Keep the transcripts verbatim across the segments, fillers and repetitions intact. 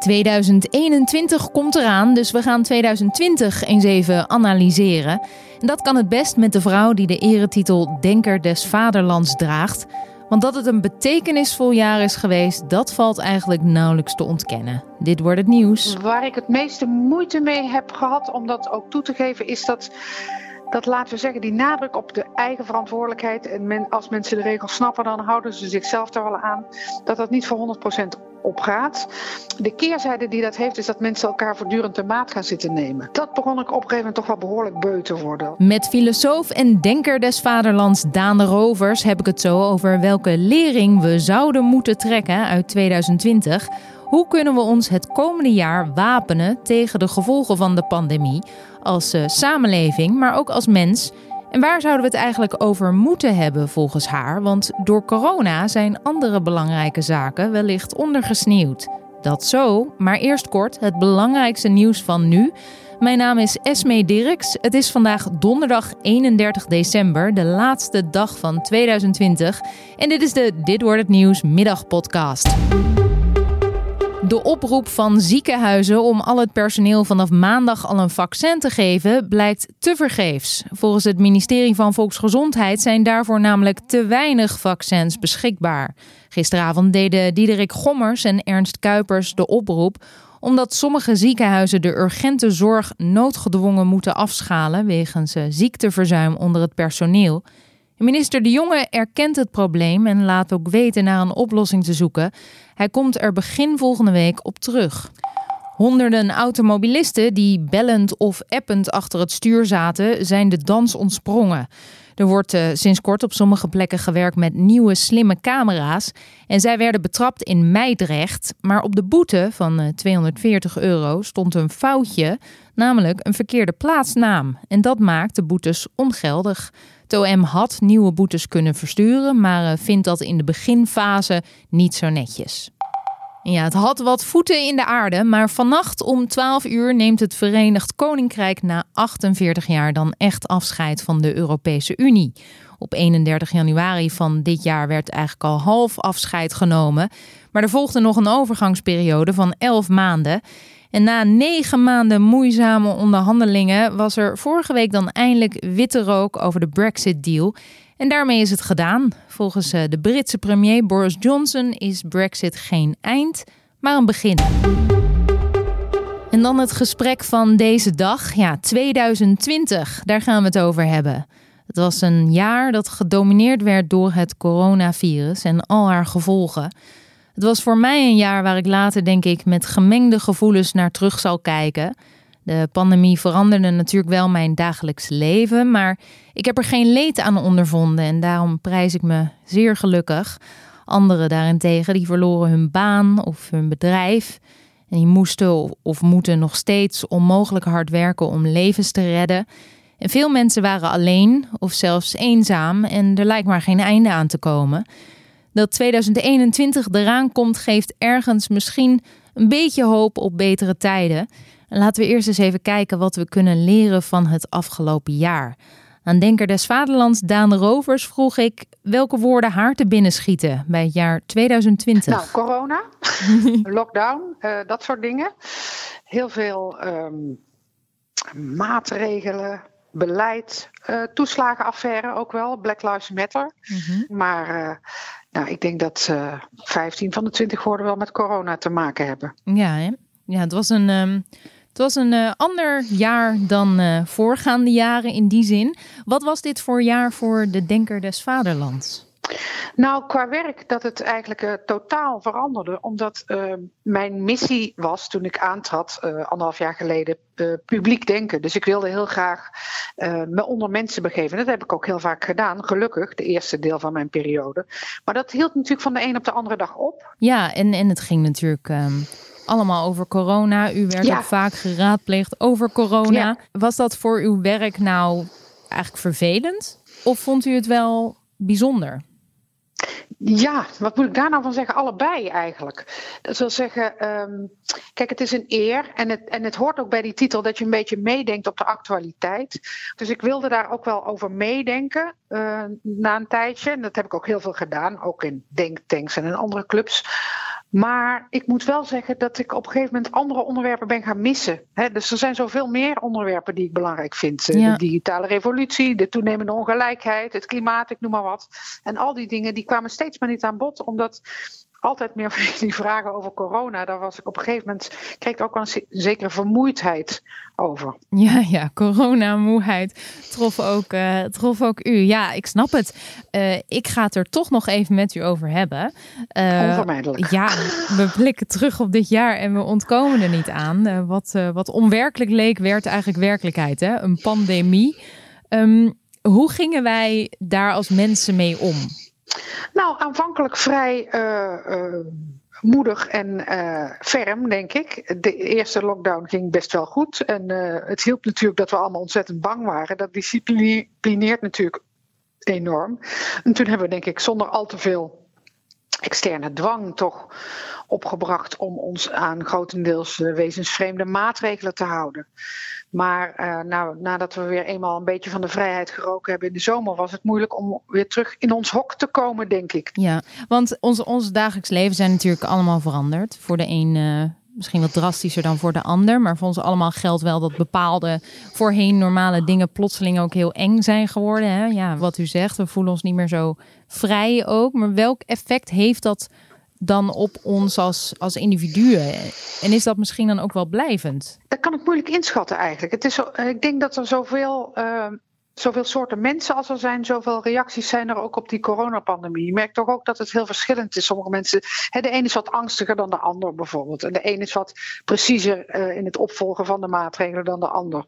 tweeduizend eenentwintig komt eraan, dus we gaan tweeduizend twintig eens even analyseren. En dat kan het best met de vrouw die de eretitel Denker des Vaderlands draagt. Want dat het een betekenisvol jaar is geweest, dat valt eigenlijk nauwelijks te ontkennen. Dit wordt het nieuws. Waar ik het meeste moeite mee heb gehad om dat ook toe te geven, is dat, dat laten we zeggen, die nadruk op de eigen verantwoordelijkheid. En men, als mensen de regels snappen, dan houden ze zichzelf daar wel aan. Dat dat niet voor honderd procent opgaat. De keerzijde die dat heeft, is dat mensen elkaar voortdurend de maat gaan zitten nemen. Dat begon ik op een gegeven moment toch wel behoorlijk beu te worden. Met filosoof en denker des vaderlands Daan de Rovers heb ik het zo over welke lering we zouden moeten trekken uit tweeduizend twintig. Hoe kunnen we ons het komende jaar wapenen tegen de gevolgen van de pandemie als uh, samenleving, maar ook als mens? En waar zouden we het eigenlijk over moeten hebben volgens haar? Want door corona zijn andere belangrijke zaken wellicht ondergesneeuwd. Dat zo, maar eerst kort het belangrijkste nieuws van nu. Mijn naam is Esmee Dirks. Het is vandaag donderdag eenendertig december, de laatste dag van tweeduizend twintig. En dit is de Dit wordt het nieuws middagpodcast. De oproep van ziekenhuizen om al het personeel vanaf maandag al een vaccin te geven blijkt tevergeefs. Volgens het ministerie van Volksgezondheid zijn daarvoor namelijk te weinig vaccins beschikbaar. Gisteravond deden Diederik Gommers en Ernst Kuipers de oproep omdat sommige ziekenhuizen de urgente zorg noodgedwongen moeten afschalen wegens ziekteverzuim onder het personeel. Minister De Jonge erkent het probleem en laat ook weten naar een oplossing te zoeken. Hij komt er begin volgende week op terug. Honderden automobilisten die bellend of append achter het stuur zaten, zijn de dans ontsprongen. Er wordt uh, sinds kort op sommige plekken gewerkt met nieuwe slimme camera's. En zij werden betrapt in Meidrecht. Maar op de boete van uh, tweehonderdveertig euro stond een foutje, namelijk een verkeerde plaatsnaam. En dat maakt de boetes ongeldig. Het O M had nieuwe boetes kunnen versturen, maar vindt dat in de beginfase niet zo netjes. En ja, het had wat voeten in de aarde, maar vannacht om twaalf uur neemt het Verenigd Koninkrijk na achtenveertig jaar dan echt afscheid van de Europese Unie. Op eenendertig januari van dit jaar werd eigenlijk al half afscheid genomen, maar er volgde nog een overgangsperiode van elf maanden. En na negen maanden moeizame onderhandelingen was er vorige week dan eindelijk witte rook over de Brexit-deal. En daarmee is het gedaan. Volgens de Britse premier Boris Johnson is Brexit geen eind, maar een begin. En dan het gesprek van deze dag. Ja, tweeduizend twintig, daar gaan we het over hebben. Het was een jaar dat gedomineerd werd door het coronavirus en al haar gevolgen. Het was voor mij een jaar waar ik later, denk ik, met gemengde gevoelens naar terug zal kijken. De pandemie veranderde natuurlijk wel mijn dagelijks leven, maar ik heb er geen leed aan ondervonden en daarom prijs ik me zeer gelukkig. Anderen daarentegen, die verloren hun baan of hun bedrijf en die moesten of moeten nog steeds onmogelijk hard werken om levens te redden. En veel mensen waren alleen of zelfs eenzaam en er lijkt maar geen einde aan te komen. Dat tweeduizend eenentwintig eraan komt, geeft ergens misschien een beetje hoop op betere tijden. Laten we eerst eens even kijken wat we kunnen leren van het afgelopen jaar. Aan Denker des Vaderlands Daan de Rovers vroeg ik welke woorden haar te binnen schieten bij het jaar tweeduizend twintig. Nou, corona, lockdown, uh, dat soort dingen. Heel veel um, maatregelen, beleid, uh, toeslagenaffaire ook wel, Black Lives Matter. Mm-hmm. Maar uh, nou, ik denk dat uh, vijftien van de twintig woorden wel met corona te maken hebben. Ja, hè? Ja, het was een, um, het was een uh, ander jaar dan uh, voorgaande jaren in die zin. Wat was dit voor jaar voor de Denker des Vaderlands? Nou, qua werk dat het eigenlijk uh, totaal veranderde. Omdat uh, mijn missie was, toen ik aantrad, uh, anderhalf jaar geleden, uh, publiek denken. Dus ik wilde heel graag uh, me onder mensen begeven. Dat heb ik ook heel vaak gedaan, gelukkig, de eerste deel van mijn periode. Maar dat hield natuurlijk van de een op de andere dag op. Ja, en, en het ging natuurlijk Um... allemaal over corona. U werd ja. ook vaak geraadpleegd over corona. Ja. Was dat voor uw werk nou eigenlijk vervelend? Of vond u het wel bijzonder? Ja, wat moet ik daar nou van zeggen? Allebei eigenlijk. Dat wil zeggen, um, kijk, het is een eer en het, en het hoort ook bij die titel dat je een beetje meedenkt op de actualiteit. Dus ik wilde daar ook wel over meedenken uh, na een tijdje. En dat heb ik ook heel veel gedaan, ook in denktanks en in andere clubs. Maar ik moet wel zeggen dat ik op een gegeven moment andere onderwerpen ben gaan missen. He, dus er zijn zoveel meer onderwerpen die ik belangrijk vind. Ja. De digitale revolutie, de toenemende ongelijkheid, het klimaat, ik noem maar wat. En al die dingen die kwamen steeds maar niet aan bod, omdat altijd meer van die vragen over corona, daar was ik op een gegeven moment, kreeg ik ook wel een zekere vermoeidheid over. Ja, ja, coronamoeheid trof ook, uh, trof ook u. Ja, ik snap het. Uh, ik ga het er toch nog even met u over hebben. Uh, Onvermijdelijk. Ja, we blikken terug op dit jaar en we ontkomen er niet aan. Uh, wat, uh, wat onwerkelijk leek, werd eigenlijk werkelijkheid. Hè? Een pandemie. Um, hoe gingen wij daar als mensen mee om? Nou, aanvankelijk vrij uh, uh, moedig en uh, ferm, denk ik. De eerste lockdown ging best wel goed. En uh, het hielp natuurlijk dat we allemaal ontzettend bang waren. Dat disciplineert natuurlijk enorm. En toen hebben we, denk ik, zonder al te veel externe dwang toch opgebracht om ons aan grotendeels uh, wezensvreemde maatregelen te houden. Maar uh, nou, nadat we weer eenmaal een beetje van de vrijheid geroken hebben in de zomer, was het moeilijk om weer terug in ons hok te komen, denk ik. Ja, want ons, ons dagelijks leven zijn natuurlijk allemaal veranderd. Voor de een uh, misschien wat drastischer dan voor de ander. Maar voor ons allemaal geldt wel dat bepaalde voorheen normale dingen plotseling ook heel eng zijn geworden. Hè? Ja, wat u zegt, we voelen ons niet meer zo vrij ook. Maar welk effect heeft dat dan op ons als, als individuen? En is dat misschien dan ook wel blijvend? Dat kan ik moeilijk inschatten eigenlijk. Het is zo, ik denk dat er zoveel, uh, zoveel soorten mensen als er zijn, zoveel reacties zijn er ook op die coronapandemie. Je merkt toch ook dat het heel verschillend is. Sommige mensen, hè, de een is wat angstiger dan de ander bijvoorbeeld. En de een is wat preciezer uh, in het opvolgen van de maatregelen dan de ander.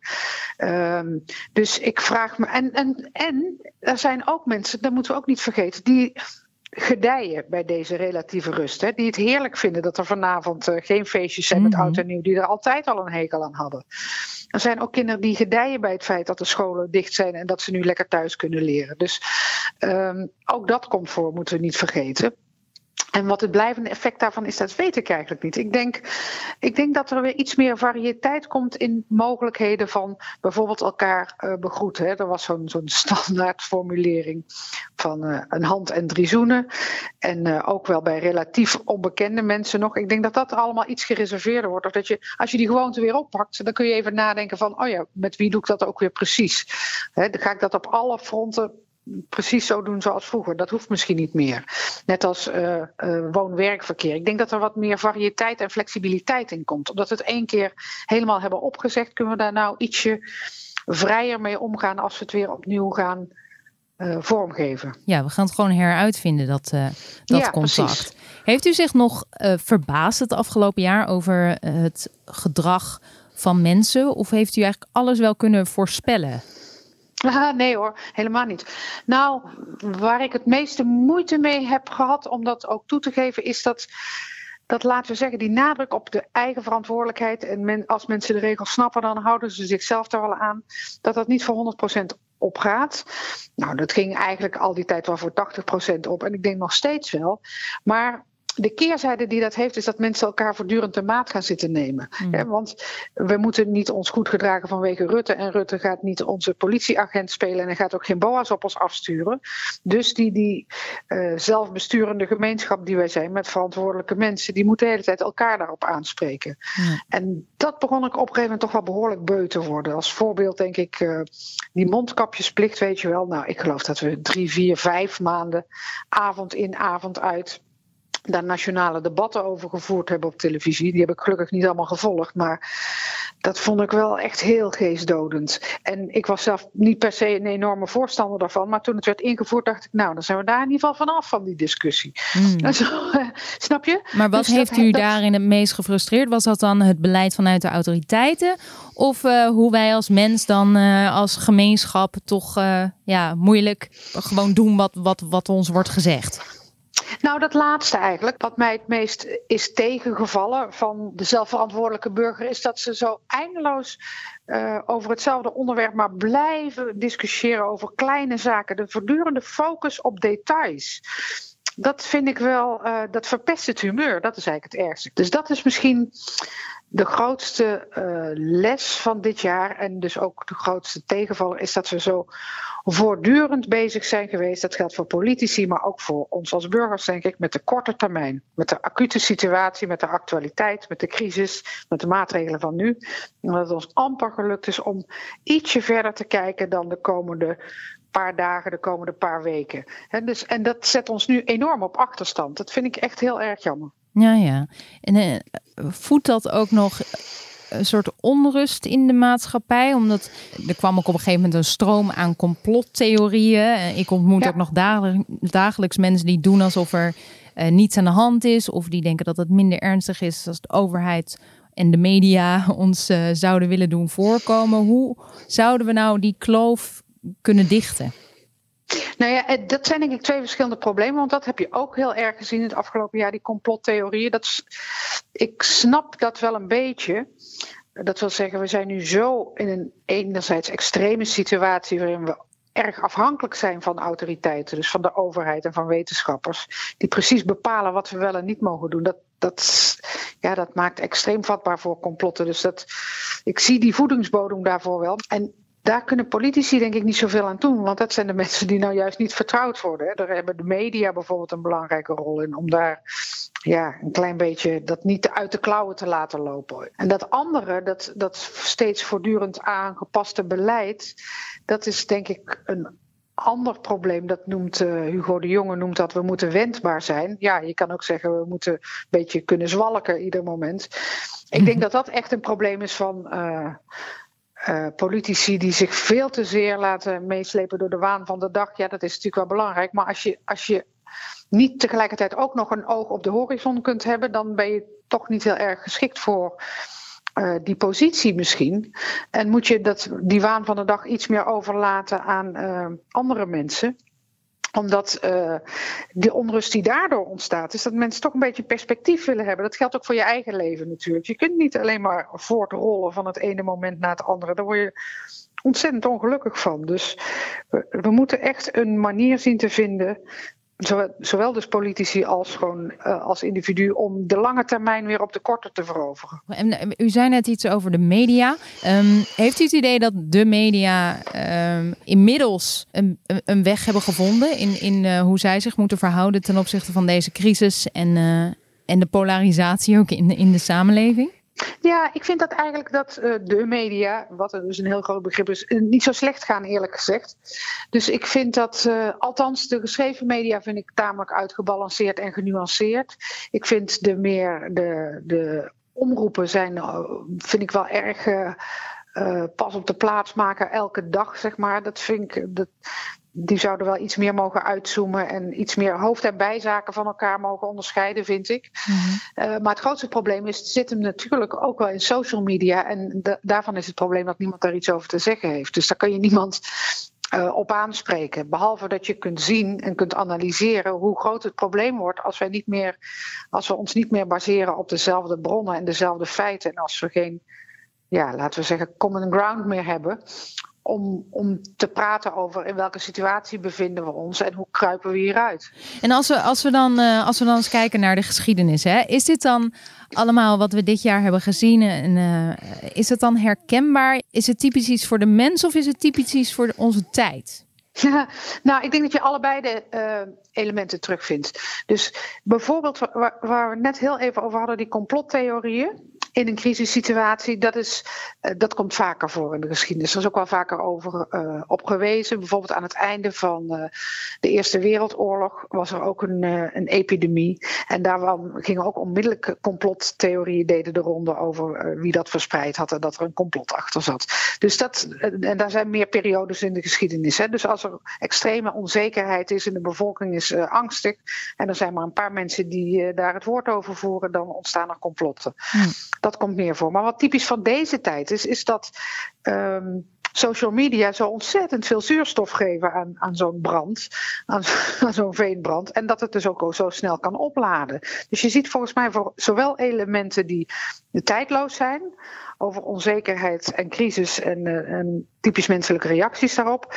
Um, dus ik vraag me... En, en, en er zijn ook mensen, dat moeten we ook niet vergeten, die gedijen bij deze relatieve rust. Hè, die het heerlijk vinden dat er vanavond uh, geen feestjes zijn mm-hmm. met oud en nieuw, die er altijd al een hekel aan hadden. Er zijn ook kinderen die gedijen bij het feit dat de scholen dicht zijn en dat ze nu lekker thuis kunnen leren. Dus um, ook dat komt voor, moeten we niet vergeten. En wat het blijvende effect daarvan is, dat weet ik eigenlijk niet. Ik denk, ik denk dat er weer iets meer variëteit komt in mogelijkheden van bijvoorbeeld elkaar uh, begroeten. Hè. Er was zo'n, zo'n standaard formulering van uh, een hand en drie zoenen. En uh, ook wel bij relatief onbekende mensen nog. Ik denk dat dat allemaal iets gereserveerder wordt. Of dat je, als je die gewoonte weer oppakt, dan kun je even nadenken van, oh ja, met wie doe ik dat ook weer precies? Hè, dan ga ik dat op alle fronten precies zo doen zoals vroeger. Dat hoeft misschien niet meer. Net als uh, uh, woon-werkverkeer. Ik denk dat er wat meer variëteit en flexibiliteit in komt. Omdat we het één keer helemaal hebben opgezegd, kunnen we daar nou ietsje vrijer mee omgaan als we het weer opnieuw gaan uh, vormgeven. Ja, we gaan het gewoon heruitvinden, dat, uh, dat ja, contact. Precies. Heeft u zich nog uh, verbaasd het afgelopen jaar over uh, het gedrag van mensen? Of heeft u eigenlijk alles wel kunnen voorspellen? Ah, nee hoor, helemaal niet. Nou, waar ik het meeste moeite mee heb gehad om dat ook toe te geven, is dat, dat laten we zeggen, die nadruk op de eigen verantwoordelijkheid. En men, als mensen de regels snappen, dan houden ze zichzelf daar wel aan. Dat dat niet voor honderd procent opgaat. Nou, dat ging eigenlijk al die tijd wel voor tachtig procent op. En ik denk nog steeds wel. Maar de keerzijde die dat heeft, is dat mensen elkaar voortdurend de maat gaan zitten nemen. Mm. Ja, want we moeten niet ons goed gedragen vanwege Rutte. En Rutte gaat niet onze politieagent spelen en hij gaat ook geen boa's op ons afsturen. Dus die, die uh, zelfbesturende gemeenschap die wij zijn met verantwoordelijke mensen, die moeten de hele tijd elkaar daarop aanspreken. Mm. En dat begon ik op een gegeven moment toch wel behoorlijk beu te worden. Als voorbeeld denk ik uh, die mondkapjesplicht, weet je wel. Nou, ik geloof dat we drie, vier, vijf maanden avond in, avond uit daar nationale debatten over gevoerd hebben op televisie. Die heb ik gelukkig niet allemaal gevolgd, maar dat vond ik wel echt heel geestdodend. En ik was zelf niet per se een enorme voorstander daarvan, maar toen het werd ingevoerd dacht ik, nou, dan zijn we daar in ieder geval vanaf van die discussie. Mm. Zo, uh, snap je? Maar wat dus heeft dat, u dat, daarin het meest gefrustreerd? Was dat dan het beleid vanuit de autoriteiten? Of uh, hoe wij als mens dan uh, als gemeenschap toch uh, ja, moeilijk gewoon doen wat, wat, wat ons wordt gezegd? Nou, dat laatste eigenlijk. Wat mij het meest is tegengevallen van de zelfverantwoordelijke burger is dat ze zo eindeloos uh, over hetzelfde onderwerp maar blijven discussiëren over kleine zaken. De voortdurende focus op details. Dat vind ik wel, uh, dat verpest het humeur. Dat is eigenlijk het ergste. Dus dat is misschien de grootste uh, les van dit jaar en dus ook de grootste tegenvaller is dat we zo voortdurend bezig zijn geweest. Dat geldt voor politici, maar ook voor ons als burgers, denk ik, met de korte termijn. Met de acute situatie, met de actualiteit, met de crisis, met de maatregelen van nu. En dat het ons amper gelukt is om ietsje verder te kijken dan de komende paar dagen, de komende paar weken. En, dus, en dat zet ons nu enorm op achterstand. Dat vind ik echt heel erg jammer. Ja, ja. En uh, voedt dat ook nog een soort onrust in de maatschappij? Omdat er kwam ook op een gegeven moment een stroom aan complottheorieën. Ik ontmoet ja. ook nog dagelijks mensen die doen alsof er uh, niets aan de hand is. Of die denken dat het minder ernstig is als de overheid en de media ons uh, zouden willen doen voorkomen. Hoe zouden we nou die kloof kunnen dichten? Nou ja, dat zijn denk ik twee verschillende problemen. Want dat heb je ook heel erg gezien in het afgelopen jaar, die complottheorieën. Dat is, ik snap dat wel een beetje. Dat wil zeggen, we zijn nu zo in een enerzijds extreme situatie waarin we erg afhankelijk zijn van autoriteiten. Dus van de overheid en van wetenschappers. Die precies bepalen wat we wel en niet mogen doen. Dat, dat, ja, dat maakt extreem vatbaar voor complotten. Dus dat, ik zie die voedingsbodem daarvoor wel. En daar kunnen politici denk ik niet zoveel aan doen. Want dat zijn de mensen die nou juist niet vertrouwd worden. Hè. Daar hebben de media bijvoorbeeld een belangrijke rol in. Om daar ja, een klein beetje dat niet uit de klauwen te laten lopen. En dat andere, dat, dat steeds voortdurend aangepaste beleid. Dat is denk ik een ander probleem. Dat noemt uh, Hugo de Jonge noemt dat we moeten wendbaar zijn. Ja, je kan ook zeggen we moeten een beetje kunnen zwalken ieder moment. Ik denk dat dat echt een probleem is van Uh, Uh, politici die zich veel te zeer laten meeslepen door de waan van de dag. Ja, dat is natuurlijk wel belangrijk. Maar als je, als je niet tegelijkertijd ook nog een oog op de horizon kunt hebben, dan ben je toch niet heel erg geschikt voor uh, die positie misschien. En moet je dat, die waan van de dag iets meer overlaten aan uh, andere mensen. Omdat uh, de onrust die daardoor ontstaat, is dat mensen toch een beetje perspectief willen hebben. Dat geldt ook voor je eigen leven natuurlijk. Je kunt niet alleen maar voortrollen van het ene moment naar het andere. Daar word je ontzettend ongelukkig van. Dus we, we moeten echt een manier zien te vinden, zowel, zowel dus politici als gewoon uh, als individu, om de lange termijn weer op de korte te veroveren. En u zei net iets over de media. Um, heeft u het idee dat de media um, inmiddels een, een weg hebben gevonden in, in uh, hoe zij zich moeten verhouden ten opzichte van deze crisis en, uh, en de polarisatie ook in, in de samenleving? Ja, ik vind dat eigenlijk dat uh, de media, wat er dus een heel groot begrip is, uh, niet zo slecht gaan eerlijk gezegd. Dus ik vind dat, uh, althans de geschreven media vind ik tamelijk uitgebalanceerd en genuanceerd. Ik vind de meer, de, de omroepen zijn, uh, vind ik wel erg uh, uh, pas op de plaats maken elke dag, zeg maar. Dat vind ik, dat, die zouden wel iets meer mogen uitzoomen en iets meer hoofd- en bijzaken van elkaar mogen onderscheiden, vind ik. Mm-hmm. Uh, maar het grootste probleem is, zit hem natuurlijk ook wel in social media. En de, daarvan is het probleem dat niemand daar iets over te zeggen heeft. Dus daar kan je niemand uh, op aanspreken. Behalve dat je kunt zien en kunt analyseren hoe groot het probleem wordt als wij niet meer, als we ons niet meer baseren op dezelfde bronnen en dezelfde feiten. En als we geen, ja, laten we zeggen, common ground meer hebben. Om, om te praten over in welke situatie bevinden we ons en hoe kruipen we hieruit. En als we, als we, dan, uh, als we dan eens kijken naar de geschiedenis, hè, is dit dan allemaal wat we dit jaar hebben gezien? En, uh, is het dan herkenbaar? Is het typisch iets voor de mens of is het typisch iets voor de, onze tijd? Ja, nou, ik denk dat je allebei de uh, elementen terugvindt. Dus bijvoorbeeld waar, waar we net heel even over hadden, die complottheorieën in een crisissituatie, dat, is, uh, dat komt vaker voor in de geschiedenis. Er is ook wel vaker over uh, op gewezen. Bijvoorbeeld aan het einde van uh, de Eerste Wereldoorlog was er ook een, uh, een epidemie. En daar gingen ook onmiddellijk complottheorieën deden de ronde over uh, wie dat verspreid had en dat er een complot achter zat. Dus dat, uh, en daar zijn meer periodes in de geschiedenis. Hè. Dus als er extreme onzekerheid is en de bevolking is uh, angstig en er zijn maar een paar mensen die uh, daar het woord over voeren, dan ontstaan er complotten. Hmm. Dat komt meer voor. Maar wat typisch van deze tijd is, is dat um, social media zo ontzettend veel zuurstof geven aan, aan zo'n brand, aan, aan zo'n veenbrand. En dat het dus ook zo snel kan opladen. Dus je ziet volgens mij voor zowel elementen die tijdloos zijn, over onzekerheid en crisis en, uh, en typisch menselijke reacties daarop,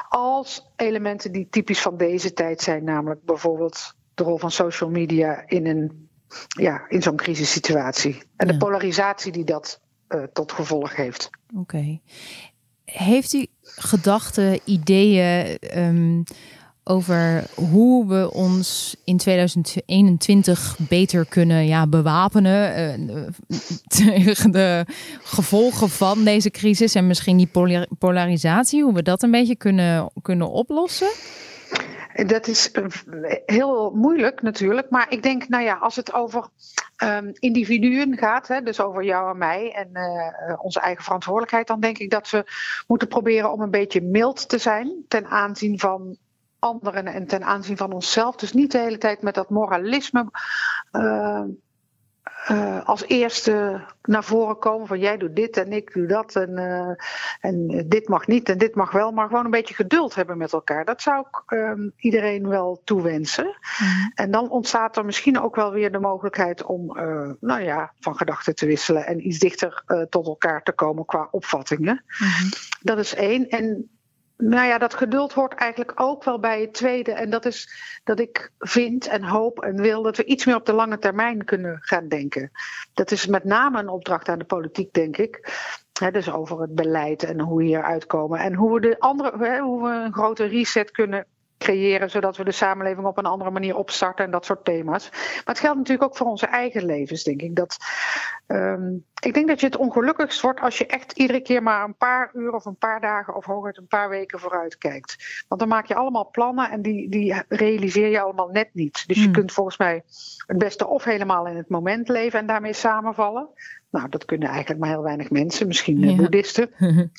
als elementen die typisch van deze tijd zijn, namelijk bijvoorbeeld de rol van social media in een Ja, in zo'n crisissituatie. En ja. de polarisatie die dat uh, tot gevolg heeft. Oké. Okay. heeft u gedachten, ideeën um, over hoe we ons in tweeduizend eenentwintig beter kunnen ja, bewapenen uh, tegen de gevolgen van deze crisis en misschien die polar- polarisatie, hoe we dat een beetje kunnen, kunnen oplossen? Dat is heel moeilijk natuurlijk, maar ik denk, nou ja, als het over um, individuen gaat, hè, dus over jou en mij en uh, onze eigen verantwoordelijkheid, dan denk ik dat we moeten proberen om een beetje mild te zijn ten aanzien van anderen en ten aanzien van onszelf. Dus niet de hele tijd met dat moralisme uh, uh, als eerste naar voren komen van jij doet dit en ik doe dat en, uh, en dit mag niet en dit mag wel, maar gewoon een beetje geduld hebben met elkaar. Dat zou ik uh, iedereen wel toewensen. Mm-hmm. En dan ontstaat er misschien ook wel weer de mogelijkheid om uh, nou ja, van gedachten te wisselen en iets dichter uh, tot elkaar te komen qua opvattingen. Mm-hmm. Dat is één. En nou ja, dat geduld hoort eigenlijk ook wel bij het tweede. En dat is dat ik vind en hoop en wil dat we iets meer op de lange termijn kunnen gaan denken. Dat is met name een opdracht aan de politiek, denk ik. He, dus over het beleid en hoe we hier uitkomen. En hoe we, de andere, he, hoe we een grote reset kunnen creëren, zodat we de samenleving op een andere manier opstarten en dat soort thema's. Maar het geldt natuurlijk ook voor onze eigen levens, denk ik. Dat, um, ik denk dat je het ongelukkigst wordt als je echt iedere keer maar een paar uur of een paar dagen of hooguit een paar weken vooruit kijkt. Want dan maak je allemaal plannen en die, die realiseer je allemaal net niet. Dus je hmm. kunt volgens mij het beste of helemaal in het moment leven en daarmee samenvallen. Nou, dat kunnen eigenlijk maar heel weinig mensen, misschien ja. boeddhisten.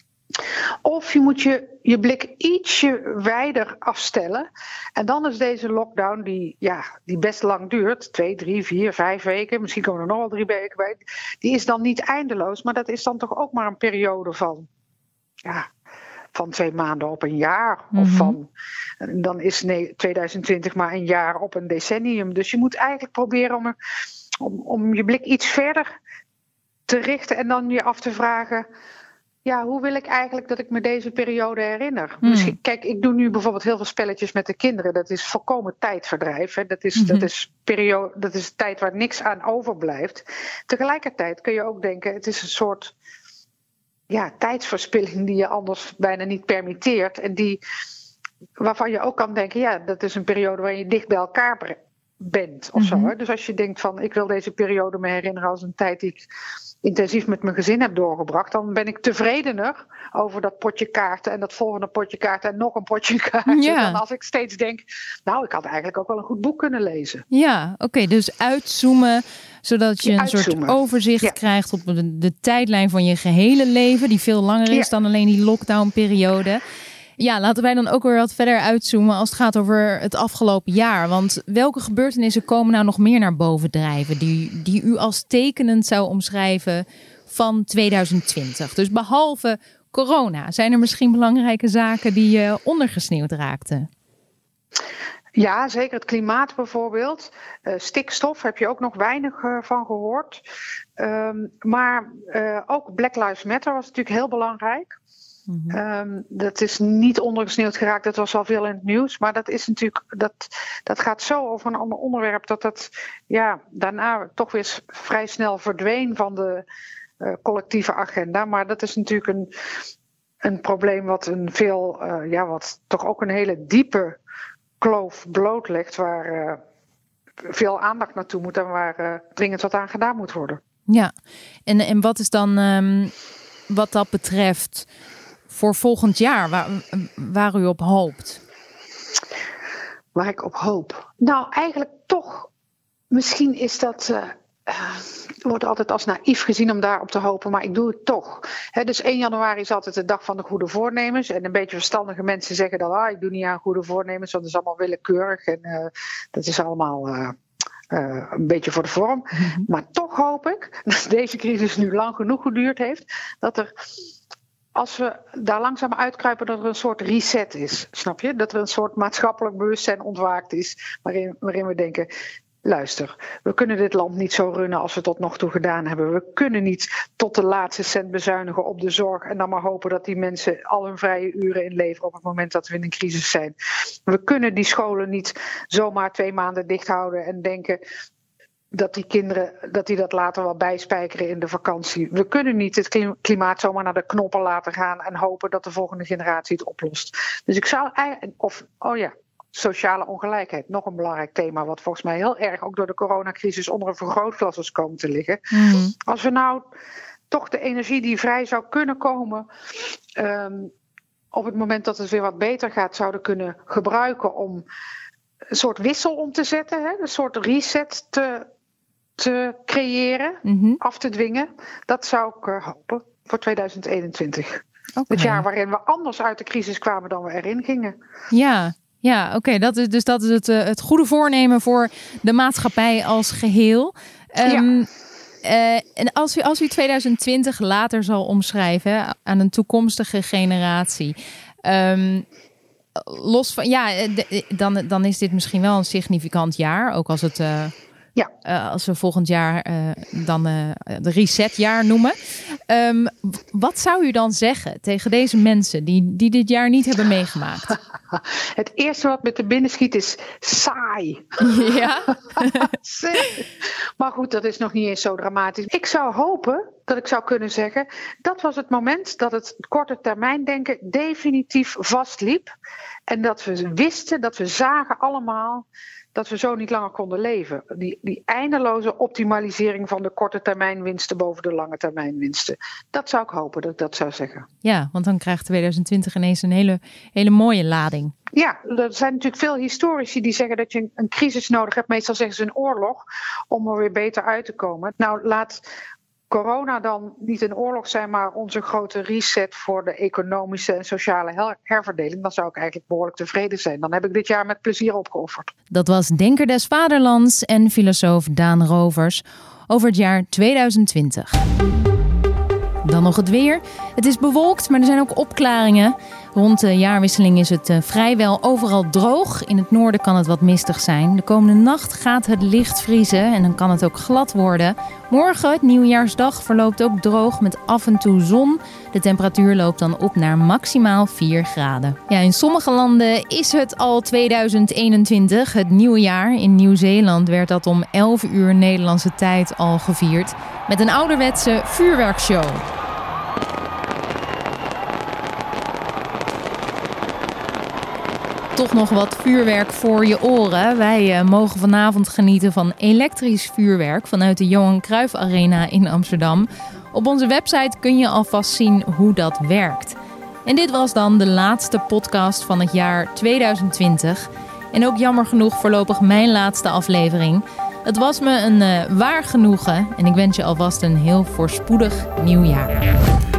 Of je moet je, je blik ietsje wijder afstellen. En dan is deze lockdown, die, ja, die best lang duurt, twee, drie, vier, vijf weken, misschien komen er nog wel drie weken bij, die is dan niet eindeloos, maar dat is dan toch ook maar een periode van, ja, van twee maanden op een jaar. Mm-hmm. Of van, dan is nee, tweeduizend twintig maar een jaar op een decennium. Dus je moet eigenlijk proberen om, om, om je blik iets verder te richten en dan je af te vragen, ja, hoe wil ik eigenlijk dat ik me deze periode herinner? Hmm. Misschien, kijk, ik doe nu bijvoorbeeld heel veel spelletjes met de kinderen. Dat is volkomen tijdverdrijf. Hè. Dat, is, mm-hmm. dat, is periode, dat is tijd waar niks aan overblijft. Tegelijkertijd kun je ook denken, het is een soort ja, tijdsverspilling die je anders bijna niet permitteert. En die, waarvan je ook kan denken, ja, dat is een periode waarin je dicht bij elkaar bent. Of mm-hmm. zo, hè. Dus als je denkt van, ik wil deze periode me herinneren als een tijd die ik intensief met mijn gezin heb doorgebracht, dan ben ik tevredener over dat potje kaarten en dat volgende potje kaarten en nog een potje kaarten. Ja. Dan als ik steeds denk, nou, ik had eigenlijk ook wel een goed boek kunnen lezen. Ja, oké, okay, dus uitzoomen, zodat je ja, een uitzoomen. soort overzicht ja. krijgt op de, de tijdlijn van je gehele leven, die veel langer is ja. dan alleen die lockdownperiode. Ja, laten wij dan ook weer wat verder uitzoomen als het gaat over het afgelopen jaar. Want welke gebeurtenissen komen nou nog meer naar boven drijven die, die u als tekenend zou omschrijven van tweeduizend twintig? Dus behalve corona, zijn er misschien belangrijke zaken die uh, ondergesneeuwd raakten? Ja, zeker het klimaat bijvoorbeeld. Uh, stikstof heb je ook nog weinig uh, van gehoord. Um, maar uh, ook Black Lives Matter was natuurlijk heel belangrijk. Mm-hmm. Um, dat is niet ondergesneeuwd geraakt, dat was al veel in het nieuws. Maar dat is natuurlijk, dat, dat gaat zo over een ander onderwerp dat dat ja, daarna toch weer vrij snel verdween van de uh, collectieve agenda. Maar dat is natuurlijk een, een probleem wat een veel, uh, ja, wat toch ook een hele diepe kloof blootlegt, waar uh, veel aandacht naartoe moet en waar uh, dringend wat aan gedaan moet worden. Ja, en, en wat is dan um, wat dat betreft voor volgend jaar, waar, waar u op hoopt? Waar ik op hoop? Nou, eigenlijk toch, misschien is dat, uh, uh, wordt altijd als naïef gezien om daarop te hopen, maar ik doe het toch. He, dus één januari is altijd de dag van de goede voornemens. En een beetje verstandige mensen zeggen dan, ah, ik doe niet aan goede voornemens, want dat is allemaal willekeurig. En uh, dat is allemaal Uh, Uh, een beetje voor de vorm. Mm-hmm. Maar toch hoop ik, dat deze crisis nu lang genoeg geduurd heeft, dat er, als we daar langzaam uitkruipen, dat er een soort reset is. Snap je? Dat er een soort maatschappelijk bewustzijn ontwaakt is, waarin, waarin we denken, luister, we kunnen dit land niet zo runnen als we tot nog toe gedaan hebben. We kunnen niet tot de laatste cent bezuinigen op de zorg en dan maar hopen dat die mensen al hun vrije uren inleveren op het moment dat we in een crisis zijn. We kunnen die scholen niet zomaar twee maanden dicht houden en denken, dat die kinderen dat die dat later wel bijspijkeren in de vakantie. We kunnen niet het klimaat zomaar naar de knoppen laten gaan en hopen dat de volgende generatie het oplost. Dus ik zou eigenlijk, of, oh ja, sociale ongelijkheid, nog een belangrijk thema wat volgens mij heel erg ook door de coronacrisis onder een vergrootglas is komen te liggen. Mm. Als we nou toch de energie die vrij zou kunnen komen, um, op het moment dat het weer wat beter gaat, zouden kunnen gebruiken om een soort wissel om te zetten, hè? Een soort reset te, te creëren, mm-hmm. af te dwingen. Dat zou ik uh, hopen voor tweeduizend eenentwintig. Okay. Het jaar waarin we anders uit de crisis kwamen dan we erin gingen. Ja, ja, oké. Okay. Dat is dus dat is het, uh, het goede voornemen voor de maatschappij als geheel. Um, ja. Uh, en als u, als u tweeduizend twintig later zal omschrijven aan een toekomstige generatie, um, los van, ja, de, dan, dan is dit misschien wel een significant jaar, ook als het, uh, ja. uh, als we volgend jaar uh, dan uh, de resetjaar noemen. Um, wat zou u dan zeggen tegen deze mensen die, die dit jaar niet hebben meegemaakt? Het eerste wat me te binnen schiet is saai. Ja. Maar goed, dat is nog niet eens zo dramatisch. Ik zou hopen dat ik zou kunnen zeggen, dat was het moment dat het korte termijn denken definitief vastliep. En dat we wisten, dat we zagen allemaal dat we zo niet langer konden leven. Die, die eindeloze optimalisering van de korte termijn winsten boven de lange termijn winsten. Dat zou ik hopen dat ik dat zou zeggen. Ja, want dan krijgt tweeduizend twintig ineens een hele, hele mooie lading. Ja, er zijn natuurlijk veel historici die zeggen dat je een, een crisis nodig hebt. Meestal zeggen ze een oorlog om er weer beter uit te komen. Nou, laat corona dan niet een oorlog zijn, maar onze grote reset voor de economische en sociale herverdeling. Dan zou ik eigenlijk behoorlijk tevreden zijn. Dan heb ik dit jaar met plezier opgeofferd. Dat was Denker des Vaderlands en filosoof Daan Rovers over het jaar tweeduizend twintig. Dan nog het weer. Het is bewolkt, maar er zijn ook opklaringen. Rond de jaarwisseling is het uh, vrijwel overal droog. In het noorden kan het wat mistig zijn. De komende nacht gaat het licht vriezen en dan kan het ook glad worden. Morgen, het nieuwjaarsdag, verloopt ook droog met af en toe zon. De temperatuur loopt dan op naar maximaal vier graden. Ja, in sommige landen is het al tweeduizend eenentwintig, het nieuwjaar. In Nieuw-Zeeland werd dat om elf uur Nederlandse tijd al gevierd. Met een ouderwetse vuurwerkshow. Toch nog wat vuurwerk voor je oren. Wij uh, mogen vanavond genieten van elektrisch vuurwerk vanuit de Johan Cruijff Arena in Amsterdam. Op onze website kun je alvast zien hoe dat werkt. En dit was dan de laatste podcast van het jaar tweeduizend twintig. En ook jammer genoeg voorlopig mijn laatste aflevering. Het was me een uh, waar genoegen en ik wens je alvast een heel voorspoedig nieuwjaar.